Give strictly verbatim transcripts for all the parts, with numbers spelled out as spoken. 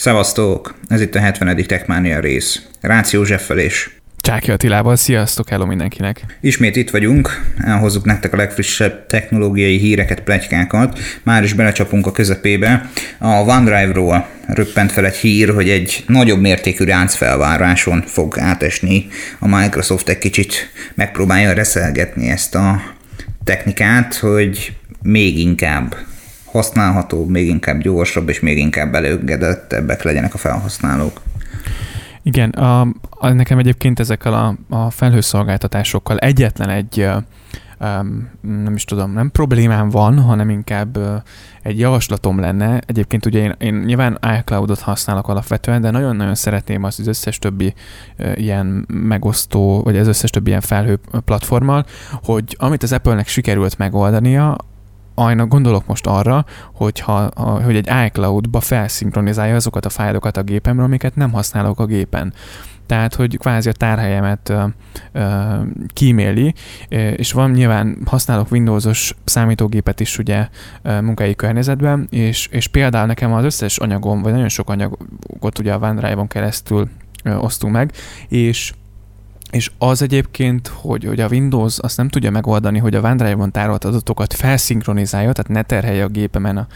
Szevasztok! Ez itt a hetvenedik Techmania rész. Rácz Józseffel és Csáki Attilával, sziasztok, hello mindenkinek! Ismét itt vagyunk, elhozzuk nektek a legfrissebb technológiai híreket, pletykákat. Már is belecsapunk a közepébe. A OneDrive-ról röppent fel egy hír, hogy egy nagyobb mértékű ráncfelváráson fog átesni. A Microsoft egy kicsit megpróbálja reszelgetni ezt a technikát, hogy még inkább használhatóbb, még inkább gyorsabb és még inkább elégedettebbek legyenek a felhasználók. Igen, a, a, nekem egyébként ezekkel a, a felhőszolgáltatásokkal egyetlen egy, um, nem is tudom, nem problémám van, hanem inkább uh, egy javaslatom lenne. Egyébként ugye én, én nyilván iCloud-ot használok alapvetően, de nagyon-nagyon szeretném azt az összes többi uh, ilyen megosztó, vagy az összes többi ilyen felhő platformmal, hogy amit az Apple-nek sikerült megoldania, Ajna, gondolok most arra, hogyha, a, hogy egy iCloud-ba felszinkronizálja azokat a fájlokat a gépemről, amiket nem használok a gépen. Tehát, hogy kvázi a tárhelyemet ö, ö, kíméli, és van nyilván, használok Windowsos számítógépet is ugye munkai környezetben, és, és például nekem az összes anyagom, vagy nagyon sok anyagot ugye a OneDrive-on keresztül ö, osztunk meg, és És az egyébként, hogy, hogy a Windows azt nem tudja megoldani, hogy a OneDrive-on tárolt adatokat felszinkronizálja, tehát ne terhelje a gépemen a,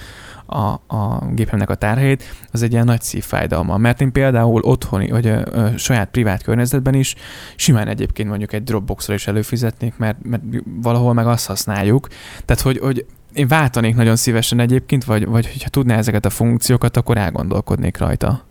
a, a gépemnek a tárhelyét, az egy ilyen nagy szívfájdalma. Mert én például otthoni, vagy a, a saját privát környezetben is simán egyébként mondjuk egy Dropboxra is előfizetnék, mert, mert valahol meg azt használjuk. Tehát, hogy, hogy én váltanék nagyon szívesen egyébként, vagy, vagy hogyha tudná ezeket a funkciókat, akkor elgondolkodnék rajta.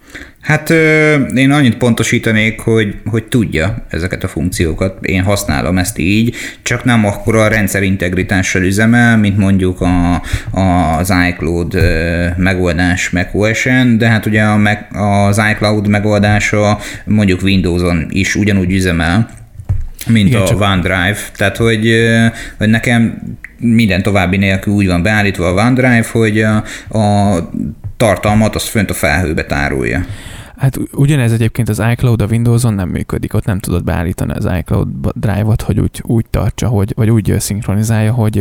Hát én annyit pontosítanék, hogy, hogy tudja ezeket a funkciókat. Én használom ezt így, csak nem akkora a rendszer integritással üzemel, mint mondjuk a, a, az iCloud megoldás macOS-en, de hát ugye a, az iCloud megoldása mondjuk Windowson is ugyanúgy üzemel, mint igen, a csak... OneDrive. Tehát, hogy, hogy nekem minden további nélkül úgy van beállítva a OneDrive, hogy a, a tartalmat azt fönt a felhőbe tárolja. Hát ugyanez egyébként az iCloud a Windowson nem működik, ott nem tudod beállítani az iCloud Drive-ot, hogy úgy, úgy tartsa, hogy, vagy úgy szinkronizálja, hogy,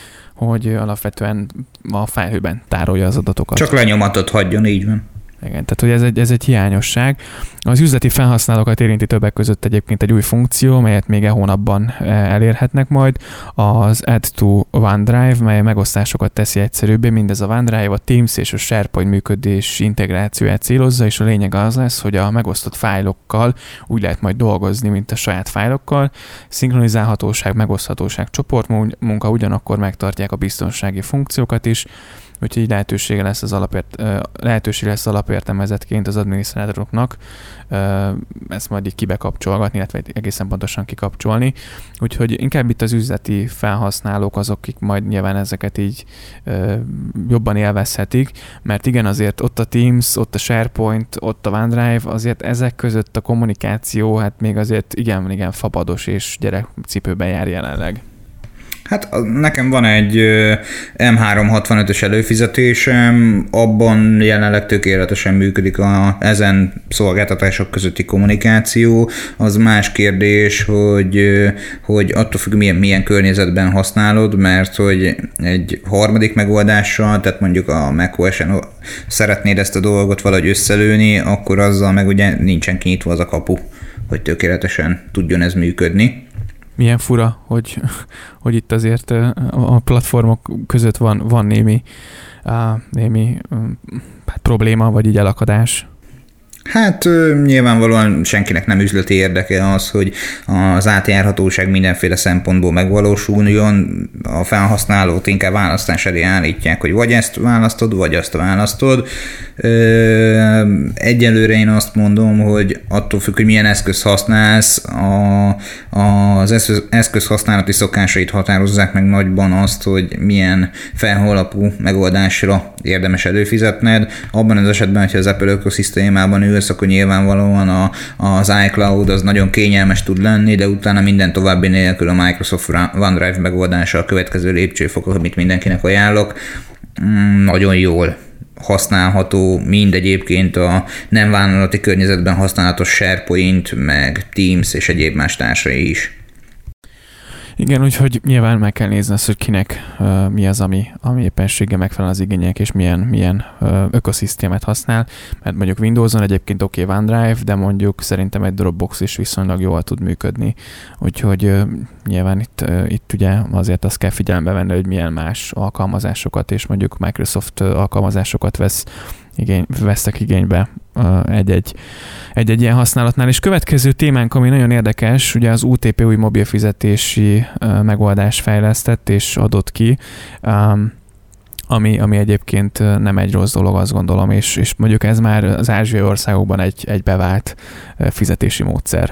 hogy alapvetően a felhőben tárolja az adatokat. Csak lenyomatot hagyjon, így van. Igen, tehát hogy ez egy, ez egy hiányosság. Az üzleti felhasználókat érinti többek között egyébként egy új funkció, melyet még e hónapban elérhetnek majd, az Add to OneDrive, mely megosztásokat teszi egyszerűbbé, mindez a OneDrive, a Teams és a SharePoint működés integrációját célozza, és a lényeg az lesz, hogy a megosztott fájlokkal úgy lehet majd dolgozni, mint a saját fájlokkal. Szinkronizálhatóság, megoszthatóság, csoportmunka, ugyanakkor megtartják a biztonsági funkciókat is, úgyhogy így lehetősége lesz az alapért, lehetőség lesz alapértelmezetként az adminisztrátoroknak ezt majd így kibekapcsolgatni, illetve egészen pontosan kikapcsolni. Úgyhogy inkább itt az üzleti felhasználók azok, akik majd nyilván ezeket így jobban élvezhetik, mert igen, azért ott a Teams, ott a SharePoint, ott a OneDrive, azért ezek között a kommunikáció, hát még azért igen, igen fapados és gyerekcipőben jár jelenleg. Hát nekem van egy em háromszázhatvanötös előfizetésem, abban jelenleg tökéletesen működik a, ezen szolgáltatások közötti kommunikáció. Az más kérdés, hogy, hogy attól függ, milyen, milyen környezetben használod, mert hogy egy harmadik megoldással, tehát mondjuk a macOS-en szeretnéd ezt a dolgot valahogy összelőni, akkor azzal meg ugye nincsen kinyitva az a kapu, hogy tökéletesen tudjon ez működni. Milyen fura, hogy, hogy itt azért a platformok között van, van némi, némi hát probléma, vagy így elakadás. Hát nyilvánvalóan senkinek nem üzleti érdeke az, hogy az átjárhatóság mindenféle szempontból megvalósuljon. A felhasználót inkább választás elé állítják, hogy vagy ezt választod, vagy azt választod. Egyelőre én azt mondom, hogy attól függ, hogy milyen eszköz használsz, a, az eszköz, eszköz használati szokásait határozzák meg nagyban azt, hogy milyen felhőalapú megoldásra érdemes előfizetned. Abban az esetben, hogyha az Apple ökoszisztémában ülsz, akkor nyilvánvalóan a, az iCloud az nagyon kényelmes tud lenni, de utána minden további nélkül a Microsoft OneDrive megoldása a következő lépcsőfok, amit mindenkinek ajánlok, nagyon jól használható, mind egyébként a nem vállalati környezetben használatos SharePoint, meg Teams és egyéb más társai is. Igen, úgyhogy nyilván meg kell nézni azt, hogy kinek uh, mi az, ami, ami éppenséggel megfelel az igények, és milyen, milyen uh, ökoszisztémát használ, mert mondjuk Windowson egyébként oké okay, OneDrive, de mondjuk szerintem egy Dropbox is viszonylag jól tud működni, úgyhogy uh, nyilván itt, uh, itt ugye azért azt kell figyelembe venni, hogy milyen más alkalmazásokat, és mondjuk Microsoft alkalmazásokat vesz igény, vesztek igénybe egy-egy, egy-egy ilyen használatnál. És következő témánk, ami nagyon érdekes, ugye az u té pé új mobilfizetési megoldás fejlesztett és adott ki, ami, ami egyébként nem egy rossz dolog, azt gondolom, és, és mondjuk ez már az ázsiai országokban egy, egy bevált fizetési módszer.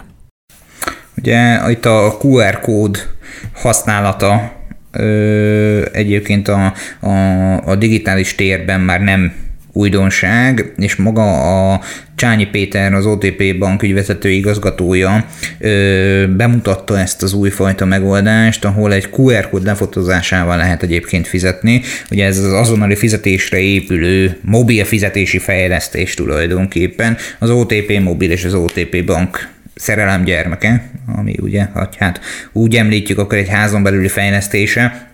Ugye itt a kú er kód használata ö, egyébként a, a, a digitális térben már nem újdonság, és maga a Csányi Péter, az o té pé Bank ügyvezető igazgatója ö, bemutatta ezt az újfajta megoldást, ahol egy kú er kód lefotózásával lehet egyébként fizetni. Ugye ez az azonnali fizetésre épülő mobil fizetési fejlesztés tulajdonképpen. Az o té pé Mobil és az o té pé Bank szerelem gyermeke, ami ugye, hát úgy említjük, akkor egy házon belüli fejlesztése.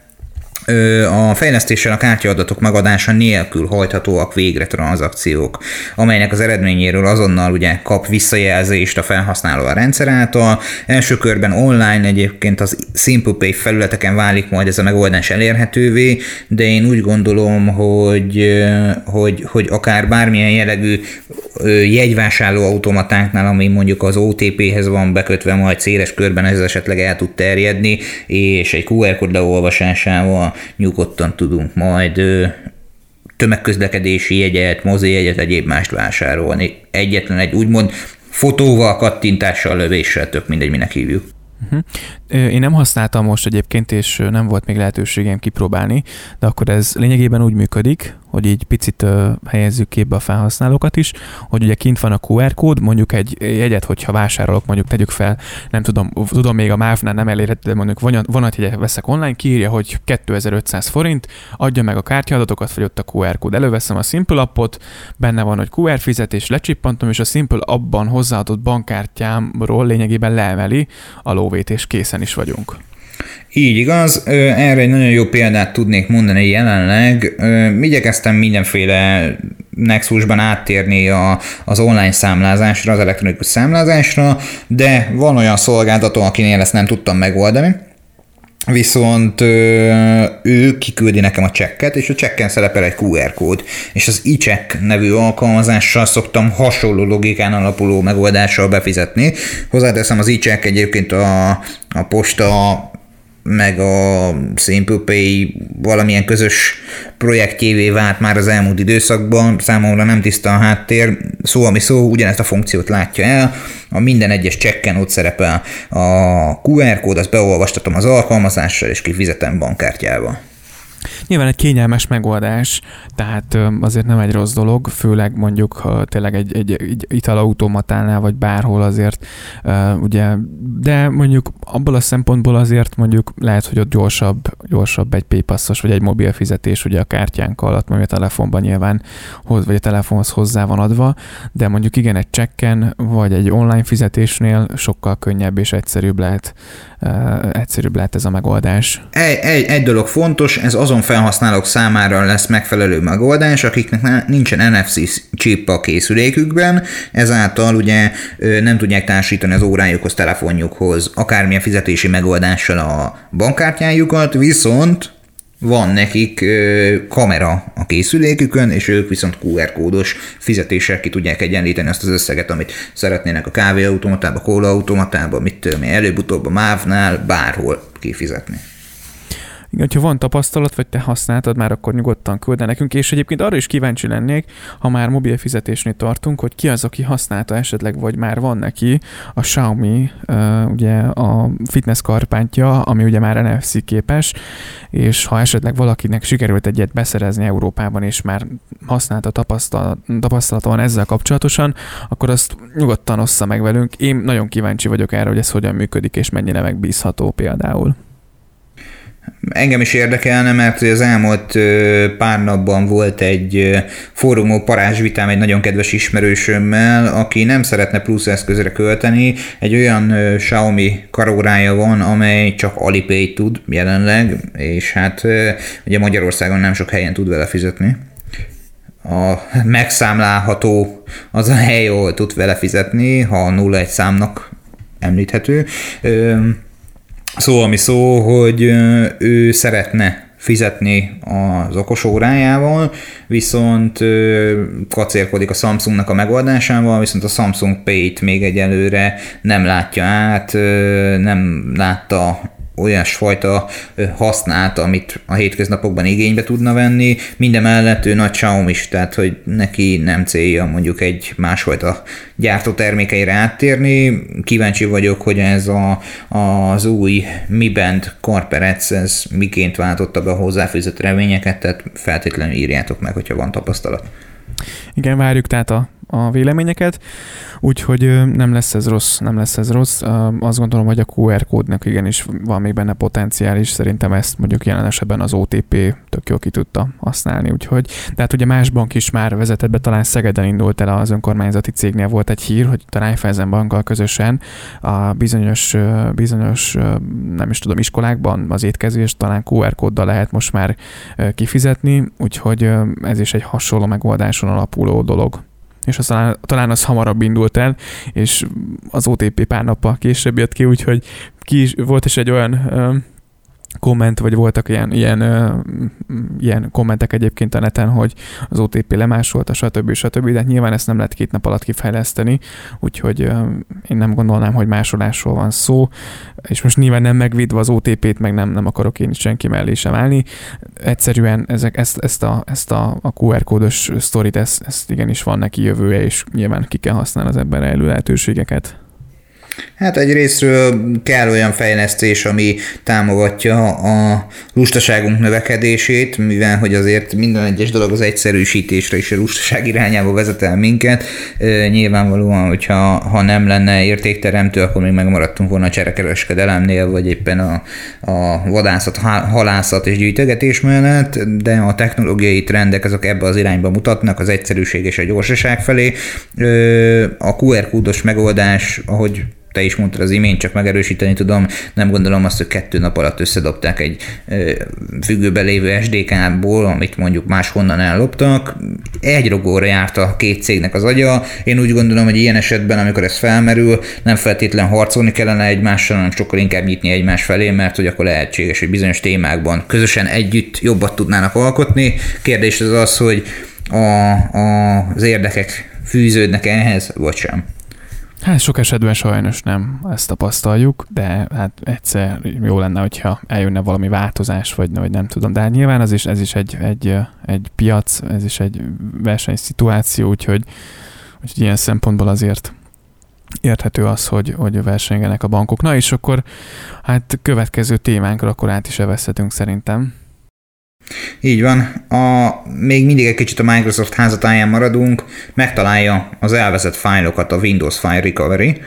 A fejlesztéssel a kártyaadatok megadása nélkül hajthatóak végre tranzakciók, amelynek az eredményéről azonnal ugye kap visszajelzést a felhasználó a rendszer által. Első körben online egyébként az SimplePay felületeken válik majd ez a megoldás elérhetővé, de én úgy gondolom, hogy, hogy, hogy akár bármilyen jellegű jegyvásárló automatáknál, ami mondjuk az o té péhez van bekötve, majd széles körben ez esetleg el tud terjedni, és egy kú er kód leolvasásával nyugodtan tudunk majd tömegközlekedési jegyet, mozi jegyet, egyéb mást vásárolni. Egyetlen egy úgymond fotóval, kattintással, lövéssel, tök mindegy, minek hívjuk. Uh-huh. Én nem használtam most egyébként, és nem volt még lehetőségem kipróbálni, de akkor ez lényegében úgy működik, hogy így picit uh, helyezzük képbe a felhasználókat is, hogy ugye kint van a kú er kód, mondjuk egy jegyet, hogyha vásárolok, mondjuk tegyük fel, nem tudom, tudom még a MÁV-nál nem elérhető, de mondjuk vonatjegyet veszek online, kiírja, hogy kétezer-ötszáz forint, adja meg a kártyaadatokat, vagy ott a kú er kód. Előveszem a Simple appot, benne van, hogy kú er fizetés, lecsippantom, és a Simple appban hozzáadott bankkártyámról lényegében leemeli a lóvét, és készen is vagyunk. Így igaz, erre egy nagyon jó példát tudnék mondani jelenleg. Igyekeztem mindenféle Nexusban áttérni a, az online számlázásra, az elektronikus számlázásra, de van olyan szolgáltató, akinél ezt nem tudtam megoldani. Viszont ő kiküldi nekem a csekket, és a csekken szerepel egy kú er kód, és az iCheck nevű alkalmazással szoktam hasonló logikán alapuló megoldással befizetni. Hozzáteszem, az iCheck egyébként a, a posta meg a SimplePay valamilyen közös projektjévé vált már az elmúlt időszakban, számomra nem tiszta a háttér, szó ami szó, ugyanezt a funkciót látja el, a minden egyes csekken ott szerepel a kú er kód, azt beolvastatom az alkalmazással, és kifizetem bankkártyával. Nyilván egy kényelmes megoldás, tehát azért nem egy rossz dolog, főleg mondjuk ha tényleg egy, egy, egy italautomatánál, vagy bárhol azért, ugye, de mondjuk abból a szempontból azért mondjuk lehet, hogy ott gyorsabb, gyorsabb egy PayPass-os, vagy egy mobil fizetés, ugye a kártyánk alatt, vagy a telefonban nyilván, vagy a telefonhoz hozzá van adva, de mondjuk igen, egy csekken, vagy egy online fizetésnél sokkal könnyebb és egyszerűbb lehet, egyszerűbb lehet ez a megoldás. Egy, egy, egy dolog fontos, ez azon felhasználók számára lesz megfelelő megoldás, akiknek nincsen en ef cé chip a készülékükben, ezáltal ugye nem tudják társítani az órájukhoz, telefonjukhoz, akármilyen fizetési megoldással a bankkártyájukat, viszont van nekik ö, kamera a készülékükön, és ők viszont kú er kódos fizetéssel ki tudják egyenlíteni azt az összeget, amit szeretnének a kávéautomatába, kólaautomatába, mit tudom én, előbb-utóbb a MÁV-nál, bárhol kifizetni. Igen, ha van tapasztalat, vagy te használtad már, akkor nyugodtan küld el nekünk, és egyébként arra is kíváncsi lennék, ha már mobil fizetésnél tartunk, hogy ki az, aki használta esetleg, vagy már van neki a Xiaomi, ugye a fitness karpántja, ami ugye már en ef cé képes, és ha esetleg valakinek sikerült egyet beszerezni Európában, és már használta tapasztalat, tapasztalata van ezzel kapcsolatosan, akkor azt nyugodtan ossza meg velünk. Én nagyon kíváncsi vagyok erre, hogy ez hogyan működik, és mennyire megbízható például. Engem is érdekelne, mert az elmúlt pár napban volt egy fórumó parázsvitám egy nagyon kedves ismerősömmel, aki nem szeretne plusz eszközre költeni. Egy olyan Xiaomi karórája van, amely csak Alipay tud jelenleg, és hát ugye Magyarországon nem sok helyen tud vele fizetni. A megszámlálható az a hely, ahol tud vele fizetni, ha nulla egy számnak említhető. Szó, ami szó, hogy ő szeretne fizetni az okos órájával, viszont kacérkodik a Samsungnak a megoldásával, viszont a Samsung Pay-t még egyelőre nem látja át, nem látta olyasfajta használt, amit a hétköznapokban igénybe tudna venni. Mindemellett ő nagy Xiaomi-s, tehát hogy neki nem célja mondjuk egy másfajta gyártótermékeire áttérni. Kíváncsi vagyok, hogy ez a, az új Mi Band Carperec, ez miként váltotta be a hozzáfűzött reményeket, tehát feltétlenül írjátok meg, hogyha van tapasztalat. Igen, várjuk tehát a, a véleményeket, úgyhogy nem lesz ez rossz, nem lesz ez rossz. Azt gondolom, hogy a kú er kódnak igenis van még benne potenciál is, szerintem ezt mondjuk jelen esetben az o té pé tök jól ki tudta használni, úgyhogy, de hát ugye más bank is már vezetett be, talán Szegeden indult el az önkormányzati cégnél volt egy hír, hogy a Raiffeisen bankkal közösen a bizonyos, bizonyos, nem is tudom, iskolákban az étkezést talán kú er kóddal lehet most már kifizetni, úgyhogy ez is egy hasonló megoldáson alapuló dolog. És aztán talán az hamarabb indult el, és az o té pé pár nappal később jött ki, úgyhogy ki is, volt is egy olyan ö, komment, vagy voltak ilyen, ilyen, ö, ilyen kommentek egyébként a neten, hogy az o té pé lemásolta, stb. stb. De hát nyilván ezt nem lehet két nap alatt kifejleszteni, úgyhogy ö, én nem gondolnám, hogy másolásról van szó, és most nyilván nem megvédve az o té pét, meg nem, nem akarok én senki mellé sem állni. Egyszerűen ezek, ezt, ezt, a, ezt a, a kú er kódos sztorit, ezt, ezt igenis van neki jövője, és nyilván ki kell használni az ebben rejlő lehetőségeket. Hát egyrésztről kell olyan fejlesztés, ami támogatja a lustaságunk növekedését, mivel hogy azért minden egyes dolog az egyszerűsítésre és a lustaság irányába vezet el minket. Nyilvánvalóan, hogyha ha nem lenne értékteremtő, akkor még megmaradtunk volna a cserekereskedelemnél, vagy éppen a, a vadászat, halászat és gyűjtögetés mellett, de a technológiai trendek azok ebbe az irányba mutatnak, az egyszerűség és a gyorsaság felé. A kú er kódos megoldás, ahogy te is mondtad az imént, csak megerősíteni tudom, nem gondolom azt, hogy kettő nap alatt összedobták egy függőben lévő es dé ká-ból, amit mondjuk máshonnan elloptak. Egy rogóra járt a két cégnek az agya. Én úgy gondolom, hogy ilyen esetben, amikor ez felmerül, nem feltétlen harcolni kellene egymással, hanem sokkal inkább nyitni egymás felé, mert hogy akkor lehetséges, hogy bizonyos témákban közösen együtt jobbat tudnának alkotni. Kérdés az az, hogy a, a, az érdekek fűződnek ehhez, vagy sem. Hát sok esetben sajnos nem ezt tapasztaljuk, de hát egyszer jó lenne, hogyha eljönne valami változás, vagy, vagy nem tudom. De hát nyilván ez is, ez is egy, egy, egy piac, ez is egy versenyszituáció, úgyhogy, úgyhogy ilyen szempontból azért érthető az, hogy, hogy versengenek a bankok. Na és akkor hát következő témánkra akkor át is evezhetünk szerintem. Így van. A, még mindig egy kicsit a Microsoft házatáján maradunk, megtalálja az elveszett fájlokat a Windows File Recovery.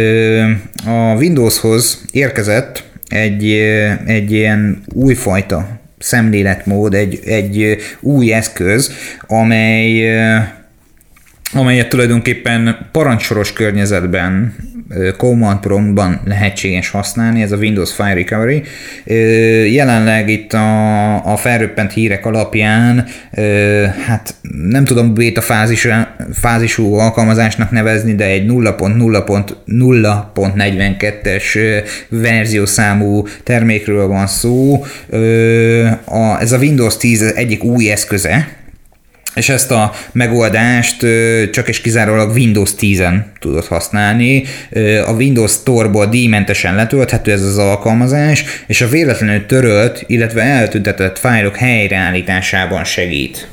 A Windowshoz érkezett egy, egy ilyen újfajta szemléletmód, egy, egy új eszköz, amely amelyet tulajdonképpen parancsoros környezetben, command promptban lehetséges használni, ez a Windows File Recovery. Jelenleg itt a, a felröppent hírek alapján, hát nem tudom béta fázis, fázisú alkalmazásnak nevezni, de egy nulla pont nulla pont nulla pont negyvenkettes verziószámú termékről van szó. Ez a Windows tíz egyik új eszköze, és ezt a megoldást csak és kizárólag Windows tízen tudod használni. A Windows Store-ból díjmentesen letölthető ez az alkalmazás, és a véletlenül törölt, illetve eltüntetett fájlok helyreállításában segít.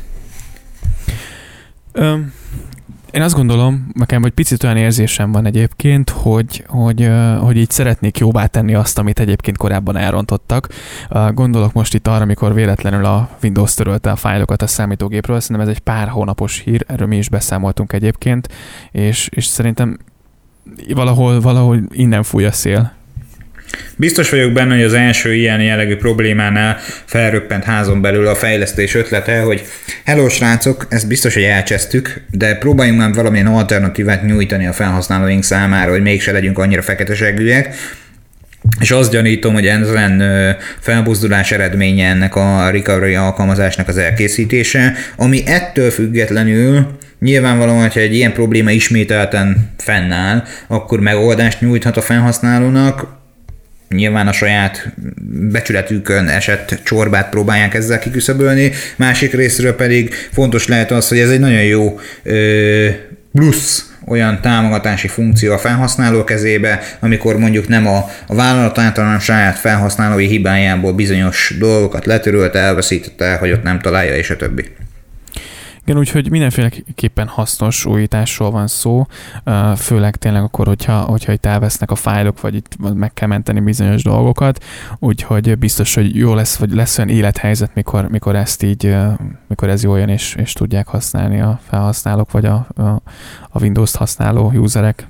Um. Én azt gondolom, nekem, hogy picit olyan érzésem van egyébként, hogy, hogy, hogy így szeretnék jobbá tenni azt, amit egyébként korábban elrontottak. Gondolok most itt arra, amikor véletlenül a Windows törölte a fájlokat a számítógépről, szerintem ez egy pár hónapos hír, erről mi is beszámoltunk egyébként, és, és szerintem valahol, valahol innen fúj a szél. Biztos vagyok benne, hogy az első ilyen jellegű problémánál felröppent házon belül a fejlesztés ötlete, hogy hello srácok, ezt biztos, hogy elcsesztük, de próbáljunk már valamilyen alternatívát nyújtani a felhasználóink számára, hogy mégse legyünk annyira feketesegűek. És azt gyanítom, hogy ezen felbuzdulás eredménye ennek a recovery alkalmazásnak az elkészítése, ami ettől függetlenül nyilvánvalóan, hogyha egy ilyen probléma ismételten fennáll, akkor megoldást nyújthat a felhasználónak. Nyilván a saját becsületükön esett csorbát próbálják ezzel kiküszöbölni, másik részről pedig fontos lehet az, hogy ez egy nagyon jó ö, plusz olyan támogatási funkció a felhasználó kezébe, amikor mondjuk nem a, a vállalat általán saját felhasználói hibájából bizonyos dolgokat letörölte, elveszítette, hogy ott nem találja, és a többi. Igen, úgyhogy mindenféleképpen hasznos újításról van szó, főleg tényleg akkor, hogyha, hogyha itt elvesznek a fájlok, vagy itt meg kell menteni bizonyos dolgokat, úgyhogy biztos, hogy jó lesz, vagy lesz olyan élethelyzet, mikor, mikor ezt így, mikor ez jól jön, és, és tudják használni a felhasználók, vagy a, a, a Windows-t használó userek.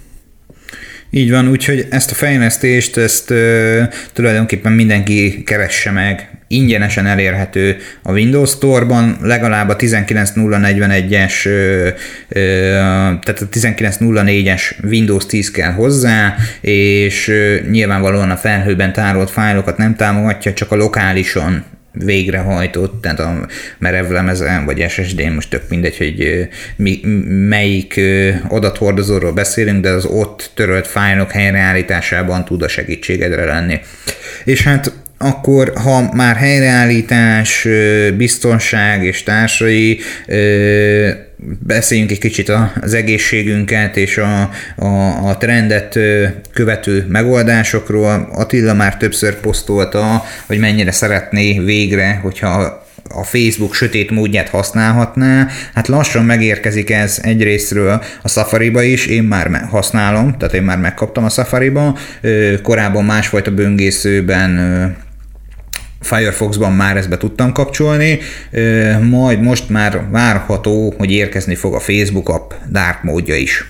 Így van, úgyhogy ezt a fejlesztést, ezt ö, tulajdonképpen mindenki keresse meg. Ingyenesen elérhető a Windows Store-ban, legalább a tizenkilenc nulla negyvenegyes, ö, ö, tehát a tizenkilenc nulla négyes Windows tíz kell hozzá, és ö, nyilvánvalóan a felhőben tárolt fájlokat nem támogatja, csak a lokálison végrehajtott, tehát a merevlemezen vagy es es dén, most tök mindegy, hogy mi, melyik adathordozóról beszélünk, de az ott törölt fájlok helyreállításában tud a segítségedre lenni. És hát akkor, ha már helyreállítás, biztonság és társai, beszéljünk egy kicsit az egészségünket és a, a, a trendet követő megoldásokról. Attila már többször posztolta, hogy mennyire szeretné végre, hogyha a Facebook sötét módját használhatná. Hát lassan megérkezik ez egyrésztről a Safari-ba is, én már használom, tehát én már megkaptam a Safari-ba, korábban másfajta böngészőben, Firefoxban már ezt be tudtam kapcsolni, majd most már várható, hogy érkezni fog a Facebook app dark módja is.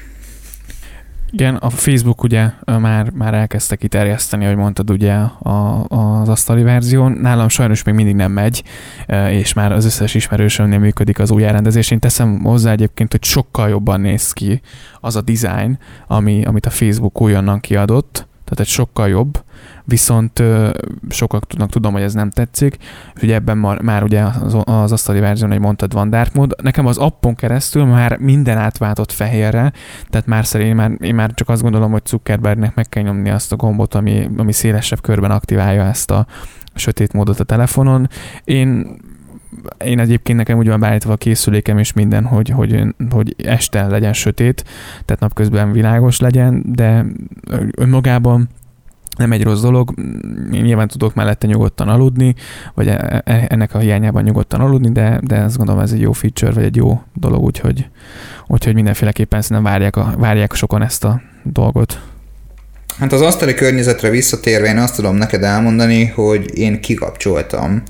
Igen, a Facebook ugye már, már elkezdte kiterjeszteni, ahogy mondtad ugye a, az asztali verzión. Nálam sajnos még mindig nem megy, és már az összes ismerősömnél működik az új elrendezés. Én teszem hozzá egyébként, hogy sokkal jobban néz ki az a design, ami, amit a Facebook újonnan kiadott, tehát egy sokkal jobb, viszont sokak tudnak, tudom, hogy ez nem tetszik, ugye ebben már, már ugye az, az asztali verzión, hogy mondtad, van dark mód. Nekem az appon keresztül már minden átváltott fehérre, tehát már szerint már, én már csak azt gondolom, hogy Zuckerbergnek meg kell nyomni azt a gombot, ami, ami szélesebb körben aktiválja ezt a sötét módot a telefonon. Én Én egyébként nekem úgy van beállítva a készülékem és minden, hogy, hogy, hogy este legyen sötét, tehát napközben világos legyen, de önmagában nem egy rossz dolog, én nyilván tudok mellette nyugodtan aludni, vagy ennek a hiányában nyugodtan aludni, de, de azt gondolom, ez egy jó feature, vagy egy jó dolog, úgyhogy, úgyhogy mindenféleképpen szerintem várják, a, várják sokan ezt a dolgot. Hát az asztali környezetre visszatérve én azt tudom neked elmondani, hogy én kikapcsoltam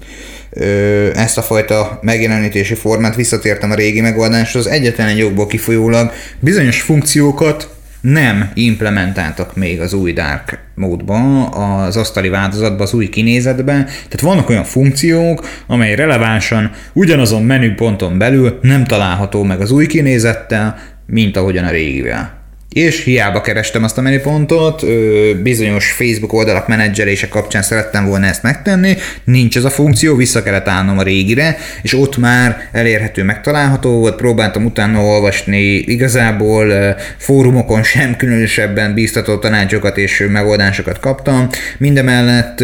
ezt a fajta megjelenítési formát, visszatértem a régi megoldáshoz, egyetlen egy jogból kifolyólag bizonyos funkciókat nem implementáltak még az új dark módban, az asztali változatban, az új kinézetben. Tehát vannak olyan funkciók, amely relevánsan ugyanazon menüponton belül nem található meg az új kinézettel, mint ahogyan a régivel. És hiába kerestem azt a menüpontot, bizonyos Facebook oldalak menedzselése kapcsán szerettem volna ezt megtenni, nincs ez a funkció, vissza kellett állnom a régire, és ott már elérhető, megtalálható volt, próbáltam utána olvasni, igazából fórumokon sem különösebben bíztató tanácsokat és megoldásokat kaptam, mindemellett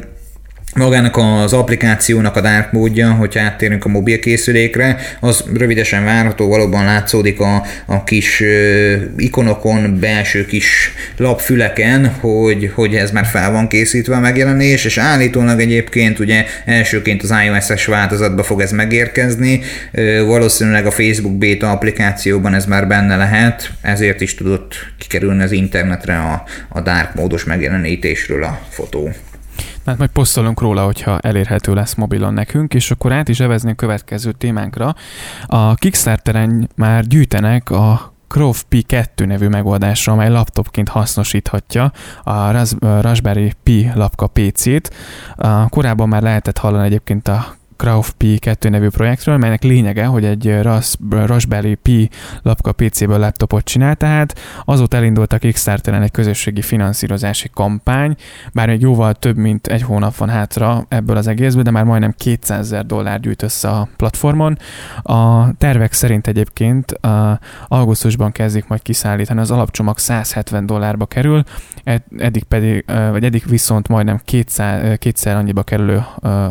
magának az applikációnak a dark módja, hogyha áttérünk a mobil készülékre, az rövidesen várható, valóban látszódik a, a kis ikonokon, belső kis lapfüleken, hogy, hogy ez már fel van készítve a megjelenés, és állítólag egyébként ugye elsőként az iOS-es változatba fog ez megérkezni, valószínűleg a Facebook beta applikációban ez már benne lehet, ezért is tudott kikerülni az internetre a, a dark módos megjelenítésről a fotó. Hát majd posztolunk róla, hogyha elérhető lesz mobilon nekünk, és akkor át is evezni a következő témánkra. A Kickstarteren már gyűjtenek a Crov Pi kettő nevű megoldásra, amely laptopként hasznosíthatja a Raspberry Pi lapka pé cét. Korábban már lehetett hallani egyébként a Crov Pi kettő nevű projektről, melynek lényege, hogy egy Raspberry Pi lapka pé céből laptopot csinál, tehát azóta elindult a Kickstarteren egy közösségi finanszírozási kampány, bár még jóval több mint egy hónap van hátra ebből az egészből, de már majdnem kétszázezer dollár gyűjt össze a platformon. A tervek szerint egyébként a augusztusban kezdik majd kiszállítani, az alapcsomag száz hetven dollárba kerül, eddig pedig, vagy eddig viszont majdnem kétszer, kétszer annyiba kerülő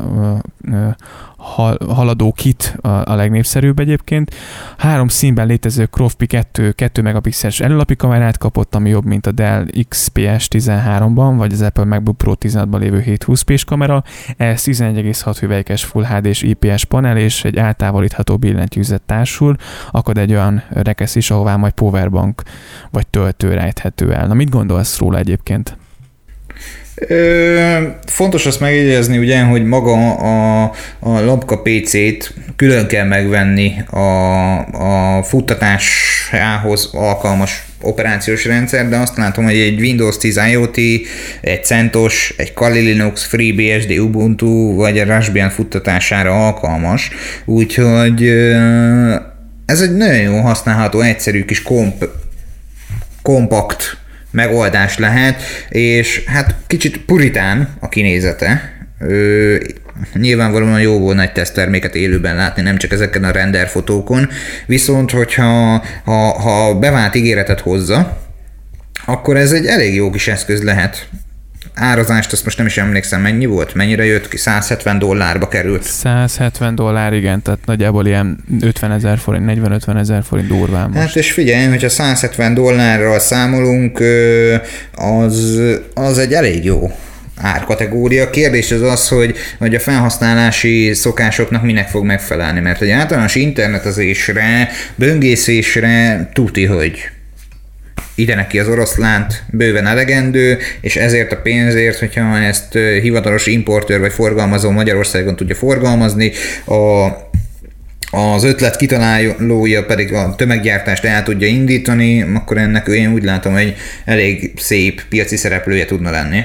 haladó kit a, a legnépszerűbb egyébként. Három színben létező Crov Pi kettő, kettő megapixeles előlapi kamerát kapott, ami jobb, mint a Dell iksz pé es tizenháromban, vagy az Apple MacBook Pro tizenhatban lévő hétszázhúsz pés kamera. Ez tizenegy egész hat hüvelykes Full há dés i pé es panel és egy eltávolítható billentyűzet társul. Akad egy olyan rekesz is, ahová majd powerbank vagy töltő rejthető el. Na, mit gondolsz róla egyébként? Ö, fontos azt megjegyezni, ugye, hogy maga a, a lapka pé cét külön kell megvenni a, a futtatásához alkalmas operációs rendszer, de azt látom, hogy egy Windows tíz IoT, egy CentOS, egy Kali Linux, FreeBSD, Ubuntu vagy a Raspbian futtatására alkalmas, úgyhogy ez egy nagyon jó használható, egyszerű kis komp, kompakt megoldás lehet, és hát kicsit puritán a kinézete. Ö, nyilvánvalóan jó volna egy tesztterméket élőben látni, nem csak ezeken a render fotókon, viszont hogyha ha, ha bevált ígéretet hozza, akkor ez egy elég jó kis eszköz lehet. Árazást, azt most nem is emlékszem, mennyi volt? Mennyire jött ki? száz hetven dollárba került. száz hetven dollár, igen, tehát nagyjából ilyen ötvenezer forint, negyven-ötven ezer forint durván most. Hát és figyelj, hogyha száz hetven dollárral számolunk, az, az egy elég jó árkategória. Kérdés az az, hogy, hogy a felhasználási szokásoknak minek fog megfelelni, mert egy általános internetezésre, böngészésre tuti, hogy ide neki az oroszlánt bőven elegendő, és ezért a pénzért, hogyha ezt hivatalos importőr vagy forgalmazó Magyarországon tudja forgalmazni, a, az ötlet kitalálója pedig a tömeggyártást el tudja indítani, akkor ennek én úgy látom, hogy elég szép piaci szereplője tudna lenni.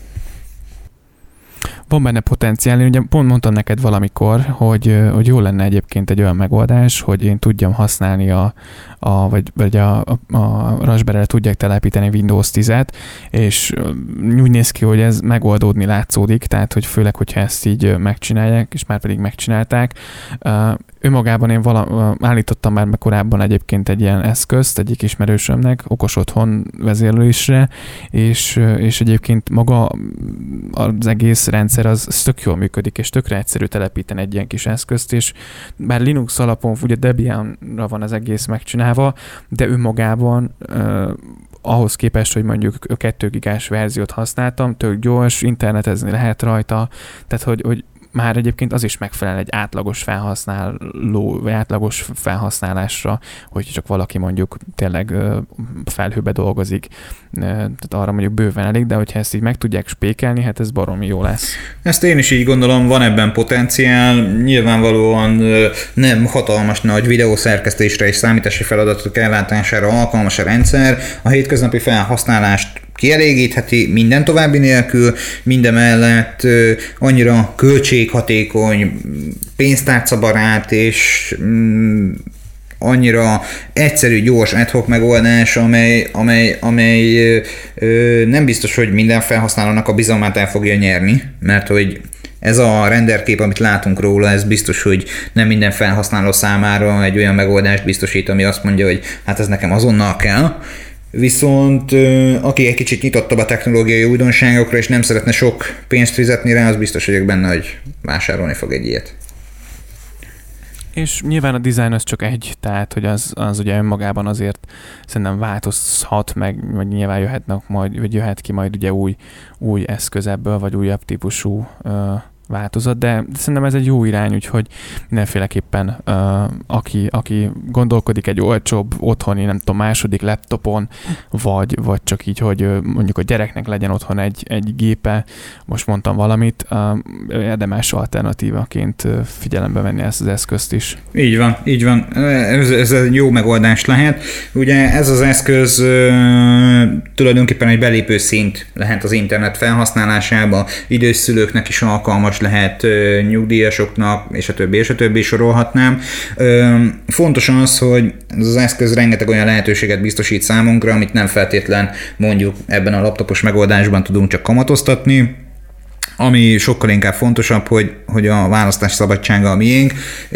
Van benne potenciál, én ugye pont mondtam neked valamikor, hogy, hogy jó lenne egyébként egy olyan megoldás, hogy én tudjam használni a, a vagy, vagy a, a, a Raspberry-re tudják telepíteni Windows tízet, és úgy néz ki, hogy ez megoldódni látszódik, tehát hogy főleg, hogyha ezt így megcsinálják, és már pedig megcsinálták. Önmagában én vala, állítottam már korábban egyébként egy ilyen eszközt egyik ismerősömnek, okos otthon vezérlésre, és, és egyébként maga az egész rendszer az, az tök jól működik, és tökre egyszerű telepíteni egy ilyen kis eszközt, és bár Linux alapon ugye Debian-ra van az egész megcsinálva, de önmagában uh, ahhoz képest, hogy mondjuk a kettő gigás verziót használtam, tök gyors, internetezni lehet rajta, tehát hogy, hogy már egyébként az is megfelel egy átlagos felhasználó, vagy átlagos felhasználásra, hogy csak valaki mondjuk tényleg felhőbe dolgozik, tehát arra mondjuk bőven elég, de hogyha ezt így meg tudják spékelni, hát ez baromi jó lesz. Ezt én is így gondolom, van ebben potenciál, nyilvánvalóan nem hatalmas nagy videószerkesztésre és számítási feladatok ellátására alkalmas a rendszer, a hétköznapi felhasználást kielégítheti minden további nélkül, mindemellett annyira költséghatékony, pénztárcabarát és mm, annyira egyszerű, gyors ad hoc megoldás, amely, amely, amely ö, nem biztos, hogy minden felhasználónak a bizalmát el fogja nyerni, mert hogy ez a renderkép, amit látunk róla, ez biztos, hogy nem minden felhasználó számára egy olyan megoldást biztosít, ami azt mondja, hogy hát ez nekem azonnal kell. Viszont aki egy kicsit nyitottabb a technológiai újdonságokra, és nem szeretne sok pénzt fizetni rá, az biztos vagyok benne, hogy vásárolni fog egy ilyet. És nyilván a design az csak egy, tehát hogy az, az ugye önmagában azért szerintem változhat meg, vagy nyilván jöhetnek majd, vagy jöhet ki majd ugye új, új eszköz ebből, vagy újabb típusú uh, változat, de szerintem ez egy jó irány, úgyhogy mindenféleképpen uh, aki, aki gondolkodik egy olcsóbb otthoni, nem tudom, második laptopon, vagy, vagy csak így, hogy mondjuk a gyereknek legyen otthon egy, egy gépe, most mondtam valamit, uh, érdemes alternatívaként figyelembe venni ezt az eszközt is. Így van, így van. Ez, ez egy jó megoldás lehet. Ugye ez az eszköz uh, tulajdonképpen egy belépő szint lehet az internet felhasználásába, idős szülőknek is alkalmas lehet, nyugdíjasoknak, és a többi, és a többi sorolhatnám. Fontos az, hogy ez az eszköz rengeteg olyan lehetőséget biztosít számunkra, amit nem feltétlen mondjuk ebben a laptopos megoldásban tudunk csak kamatoztatni, ami sokkal inkább fontosabb, hogy, hogy a választás szabadsága a miénk,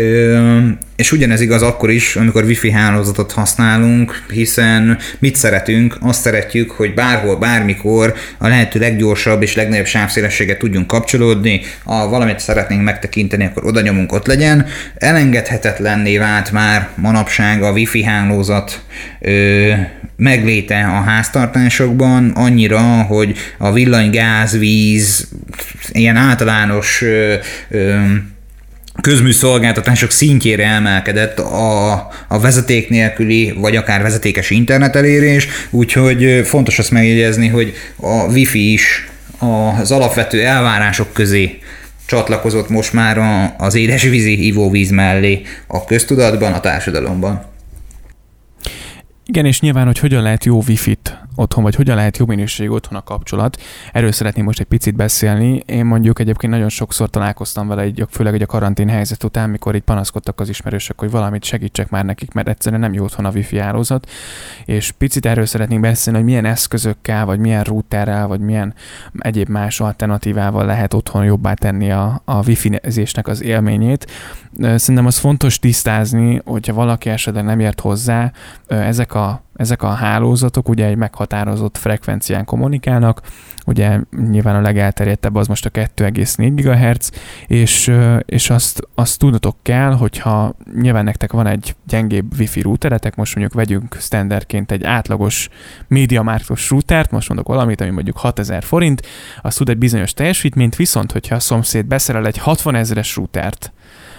és ugyanez igaz akkor is, amikor wifi hálózatot használunk, hiszen mit szeretünk? Azt szeretjük, hogy bárhol, bármikor a lehető leggyorsabb és legnagyobb sávszélességet tudjunk kapcsolódni, ha valamit szeretnénk megtekinteni, akkor oda nyomunk, ott legyen. Elengedhetetlenné vált már manapság a wifi hálózat ö, megléte a háztartásokban, annyira, hogy a villany, gáz, víz, ilyen általános ö, ö, közműszolgáltatások szintjére emelkedett a, a vezeték nélküli, vagy akár vezetékes internetelérés, úgyhogy fontos azt megjegyezni, hogy a Wi-Fi is az alapvető elvárások közé csatlakozott most már az édesvízi ivóvíz mellé a köztudatban, a társadalomban. Igen, és nyilván, hogy hogyan lehet jó Wi-Fi-t otthon, vagy hogyan lehet jó minőségű otthon a kapcsolat. Erről szeretném most egy picit beszélni. Én mondjuk egyébként nagyon sokszor találkoztam vele, így, főleg egy a karantén helyzet után, mikor így panaszkodtak az ismerősök, hogy valamit segítsek már nekik, mert egyszerűen nem jó otthon a Wi-Fi hálózat. És picit erről szeretnénk beszélni, hogy milyen eszközökkel, vagy milyen routerrel, vagy milyen egyéb más alternatívával lehet otthon jobbá tenni a, a Wi-Fi-zésnek az élményét. Szerintem az fontos tisztázni, hogyha valaki esetleg nem ért hozzá, ezek a Ezek a hálózatok ugye egy meghatározott frekvencián kommunikálnak, ugye nyilván a legelterjedtebb az most a kettő egész négy gigahertz, és, és azt, azt tudnotok kell, hogyha nyilván nektek van egy gyengébb wifi routeretek, most mondjuk vegyünk standardként egy átlagos MediaMarktos routert, most mondok valamit, ami mondjuk hatezer forint, az tud egy bizonyos teljesítményt, viszont hogyha a szomszéd beszerel egy hatvanezeres routert,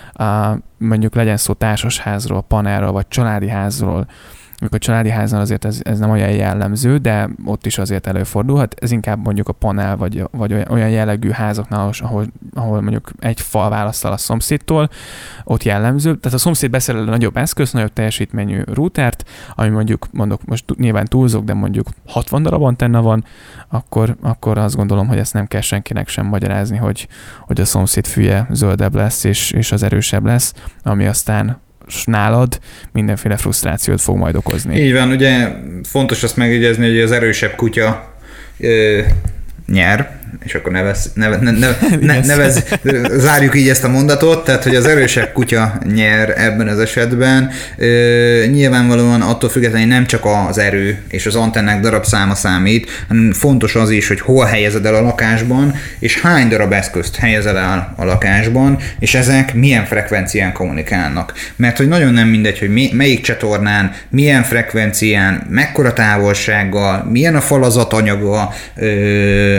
mondjuk legyen szó társasházról, panelről, vagy családi házról, amikor a családi háznál azért ez, ez nem olyan jellemző, de ott is azért előfordulhat. Ez inkább mondjuk a panel, vagy, vagy olyan jellegű házaknál, ahol, ahol mondjuk egy fal választ el a szomszédtól, ott jellemző. Tehát a szomszéd beszerel a nagyobb eszköz, nagyobb teljesítményű routert, ami mondjuk, mondok, most nyilván túlzok, de mondjuk hatvan darab antenna van, akkor, akkor azt gondolom, hogy ezt nem kell senkinek sem magyarázni, hogy, hogy a szomszéd fülye zöldebb lesz, és, és az erősebb lesz, ami aztán nálad mindenféle frusztrációt fog majd okozni. Így van, ugye fontos azt megjegyezni, hogy az erősebb kutya ö, nyer, és akkor nevez, neve, ne, ne, ne, nevez, zárjuk így ezt a mondatot, tehát, hogy az erősebb kutya nyer ebben az esetben. Ö, nyilvánvalóan attól függetlenül nem csak az erő és az antennák darabszáma számít, hanem fontos az is, hogy hol helyezed el a lakásban, és hány darab eszközt helyezel el a lakásban, és ezek milyen frekvencián kommunikálnak. Mert hogy nagyon nem mindegy, hogy mi, melyik csatornán, milyen frekvencián, mekkora távolsággal, milyen a falazat anyaga, ö,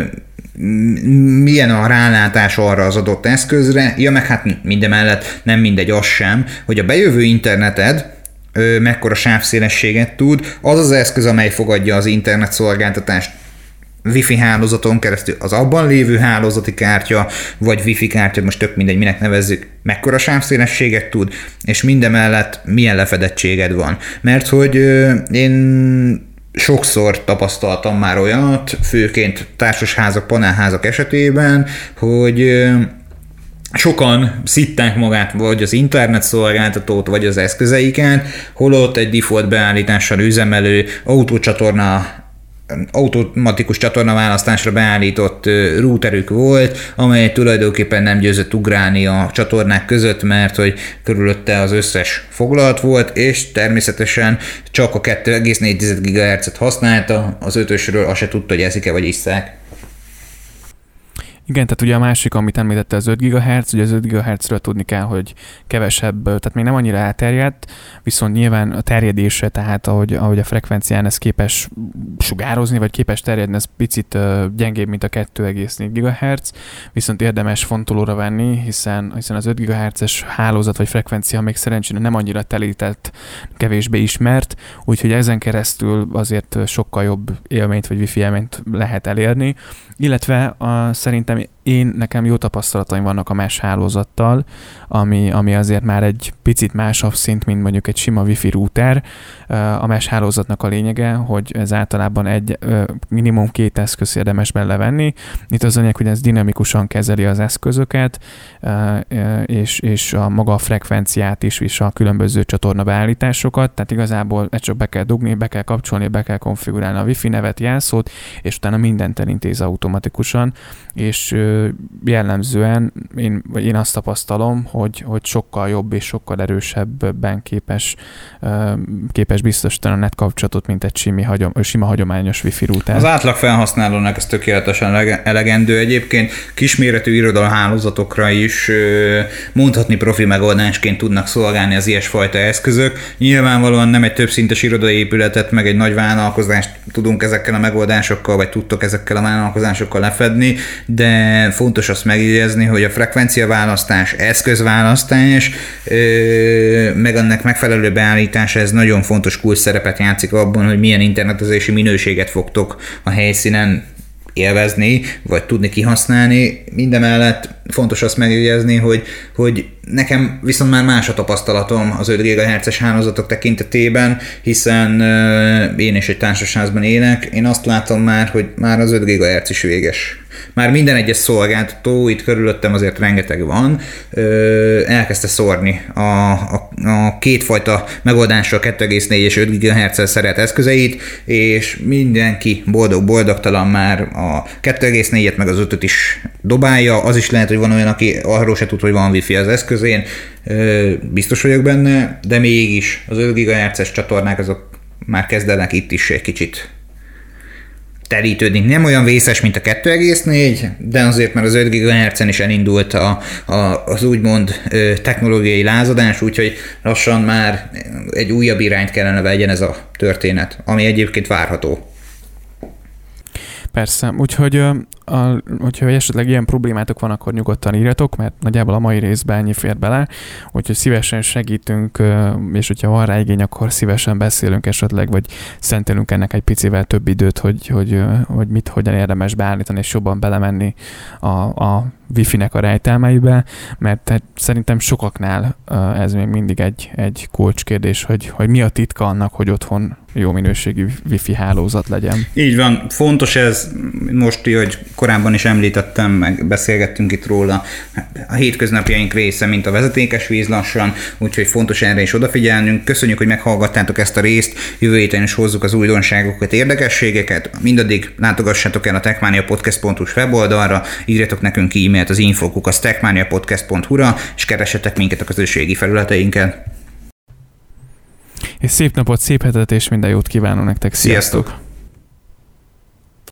milyen a rálátás arra az adott eszközre, ja meg hát mindemellett nem mindegy az sem, hogy a bejövő interneted ö, mekkora sávszélességet tud, az az eszköz, amely fogadja az internet szolgáltatást Wi-Fi hálózaton keresztül, az abban lévő hálózati kártya, vagy Wi-Fi kártya, most tök mindegy, minek nevezzük, mekkora sávszélességet tud, és mindemellett milyen lefedettséged van. Mert hogy ö, én sokszor tapasztaltam már olyat, főként társasházak, panelházak esetében, hogy sokan szitták magát vagy az internet szolgáltatót, vagy az eszközeiket, holott egy default beállítással üzemelő autócsatorna automatikus csatornaválasztásra beállított routerük volt, amely tulajdonképpen nem győzött ugrálni a csatornák között, mert hogy körülötte az összes foglalt volt, és természetesen csak a kettő egész négy gigahertzet használta, az ötösről azt se tudta, hogy eszik-e vagy isszák. Igen, tehát ugye a másik, amit említette, az öt gigahertz, ugye az öt gigahertzről tudni kell, hogy kevesebb, tehát még nem annyira elterjedt, viszont nyilván a terjedése, tehát ahogy, ahogy a frekvencián ez képes sugározni, vagy képes terjedni, ez picit gyengébb, mint a kettő egész négy gigahertz, viszont érdemes fontolóra venni, hiszen, hiszen az öt gigahertzes hálózat vagy frekvencia még szerencsére nem annyira telített, kevésbé ismert, úgyhogy ezen keresztül azért sokkal jobb élményt vagy wifi élményt lehet elérni, illetve a, szerintem én, nekem jó tapasztalataim vannak a mesh hálózattal, ami, ami azért már egy picit másabb szint, mint mondjuk egy sima wifi router. A mesh hálózatnak a lényege, hogy ez általában egy minimum két eszköz érdemes belevenni. Itt az lényeg, hogy ez dinamikusan kezeli az eszközöket, és, és a maga a frekvenciát is, és a különböző csatorna beállításokat, tehát igazából ezt csak be kell dugni, be kell kapcsolni, be kell konfigurálni a wifi nevet, jelszót, és utána mindent elintéz automatikusan, és jellemzően én, én azt tapasztalom, hogy, hogy sokkal jobb és sokkal erősebben képes, képes biztosítani a net kapcsolatot, mint egy simi, hagyom, sima hagyományos wifi router. Az átlag felhasználónak ez tökéletesen elegendő. Egyébként kisméretű irodalhálózatokra is mondhatni profi megoldásként tudnak szolgálni az ilyesfajta eszközök. Nyilvánvalóan nem egy többszintes irodai épületet, meg egy nagy vállalkozást tudunk ezekkel a megoldásokkal, vagy tudtok ezekkel a vállalkozásokkal lefedni, de fontos azt megjegyezni, hogy a frekvenciaválasztás, eszközválasztás, meg annak megfelelő beállítása, ez nagyon fontos kulcs szerepet játszik abban, hogy milyen internetezési minőséget fogtok a helyszínen élvezni, vagy tudni kihasználni. Mindemellett fontos azt megjegyezni, hogy, hogy nekem viszont már más a tapasztalatom az öt gigahertzes hálózatok tekintetében, hiszen uh, én is egy társasházban élek, én azt látom már, hogy már az öt gigahertz is véges. Már minden egyes szolgáltató, itt körülöttem azért rengeteg van, elkezdte szórni a, a, a kétfajta megoldással kettő egész négy és öt gigahertz-el szerelt eszközeit, és mindenki boldog-boldogtalan már a kettő egész négyet meg az ötöt is dobálja. Az is lehet, hogy van olyan, aki arról se tud, hogy van wifi az eszközén, biztos vagyok benne, de mégis az öt gigahertzes csatornák azok már kezdenek itt is egy kicsit terítődni. Nem olyan vészes, mint a kettő egész négy, de azért már az öt gigahertzen is elindult a, a, az úgymond ö, technológiai lázadás, úgyhogy lassan már egy újabb irányt kellene vegyen ez a történet, ami egyébként várható. Persze, úgyhogy a, hogyha esetleg ilyen problémátok van, akkor nyugodtan írjatok, mert nagyjából a mai részben ennyi fér bele, úgyhogy szívesen segítünk, és hogyha van rá igény, akkor szívesen beszélünk esetleg, vagy szentelünk ennek egy picivel több időt, hogy, hogy, hogy mit, hogyan érdemes beállítani, és jobban belemenni a, a wifi-nek a rejtelmeibe, mert szerintem sokaknál ez még mindig egy, egy kulcskérdés, hogy, hogy mi a titka annak, hogy otthon jó minőségű wifi hálózat legyen. Így van, fontos ez, most, hogy korábban is említettem, meg beszélgettünk itt róla, a hétköznapjaink része, mint a vezetékes víz lassan, úgyhogy fontos erre is odafigyelnünk. Köszönjük, hogy meghallgattátok ezt a részt, jövő héten is hozzuk az újdonságokat, érdekességeket, mindaddig látogassatok el a techmania podcast pont hu-s weboldalra, írjatok nekünk e-mailt az info kukac techmania podcast pont hu-ra, és keressetek minket a közösségi felületeinken. És szép napot, szép hetet, és minden jót kívánok nektek. Sziasztok! Sziasztok.